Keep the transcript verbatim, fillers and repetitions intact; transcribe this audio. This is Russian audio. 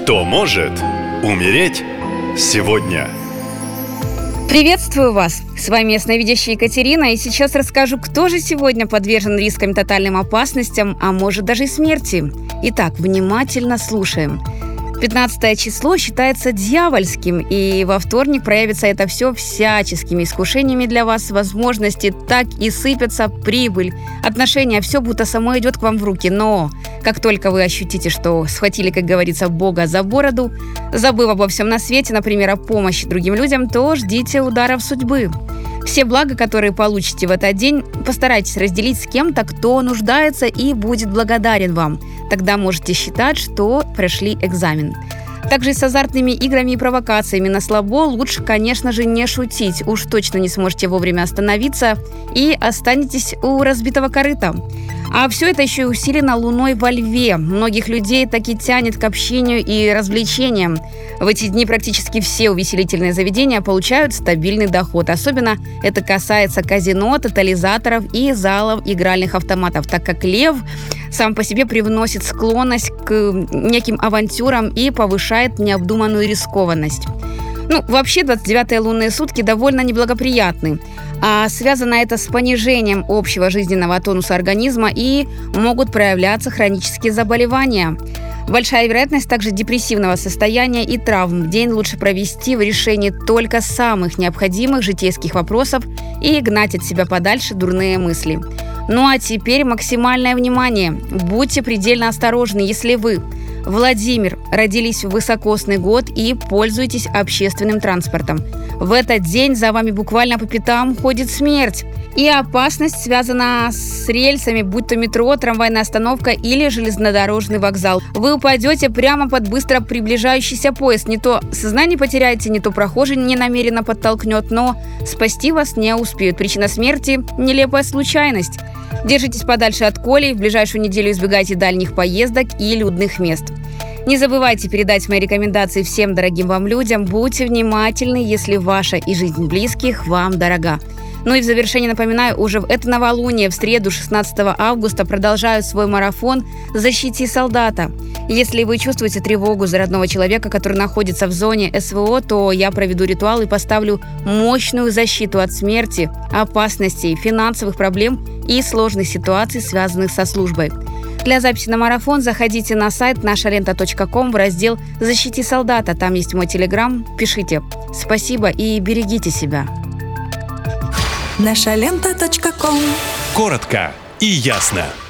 Кто может умереть сегодня? Приветствую вас! С вами ясновидящая Екатерина, и сейчас расскажу, кто же сегодня подвержен рискам и тотальным опасностям, а может даже и смерти. Итак, внимательно слушаем. пятнадцатое число считается дьявольским, и во вторник проявится это все всяческими искушениями для вас. Возможности так и сыпятся, прибыль, отношения, все будто само идет к вам в руки. Но как только вы ощутите, что схватили, как говорится, Бога за бороду, забыв обо всем на свете, например, о помощи другим людям, то ждите ударов судьбы. Все блага, которые получите в этот день, постарайтесь разделить с кем-то, кто нуждается и будет благодарен вам. Тогда можете считать, что прошли экзамен. Также и с азартными играми и провокациями на слабо лучше, конечно же, не шутить. Уж точно не сможете вовремя остановиться и останетесь у разбитого корыта. А все это еще и усилено луной во льве. Многих людей таки тянет к общению и развлечениям. В эти дни практически все увеселительные заведения получают стабильный доход. Особенно это касается казино, тотализаторов и залов игральных автоматов, так как лев сам по себе привносит склонность к неким авантюрам и повышает необдуманную рискованность. Ну, вообще, двадцать девятые лунные сутки довольно неблагоприятны. А связано это с понижением общего жизненного тонуса организма, и могут проявляться хронические заболевания. Большая вероятность также депрессивного состояния и травм. День лучше провести в решении только самых необходимых житейских вопросов и гнать от себя подальше дурные мысли. Ну а теперь максимальное внимание. Будьте предельно осторожны, если вы, Владимир, родились в высокосный год и пользуетесь общественным транспортом. В этот день за вами буквально по пятам ходит смерть. И опасность связана с рельсами, будь то метро, трамвайная остановка или железнодорожный вокзал. Вы упадете прямо под быстро приближающийся поезд. Не то сознание потеряете, не то прохожий ненамеренно подтолкнет, но спасти вас не успеют. Причина смерти – нелепая случайность. Держитесь подальше от колей, в ближайшую неделю избегайте дальних поездок и людных мест. Не забывайте передать мои рекомендации всем дорогим вам людям. Будьте внимательны, если ваша и жизнь близких вам дорога. Ну и в завершение напоминаю, уже в это новолуние, в среду, шестнадцатого августа, продолжаю свой марафон «Защити солдата». Если вы чувствуете тревогу за родного человека, который находится в зоне СВО, то я проведу ритуал и поставлю мощную защиту от смерти, опасностей, финансовых проблем и сложных ситуаций, связанных со службой. Для записи на марафон заходите на сайт наша лента точка ком в раздел «Защити солдата». Там есть мой телеграм. Пишите. Спасибо и берегите себя. наша лента точка ком. Коротко и ясно.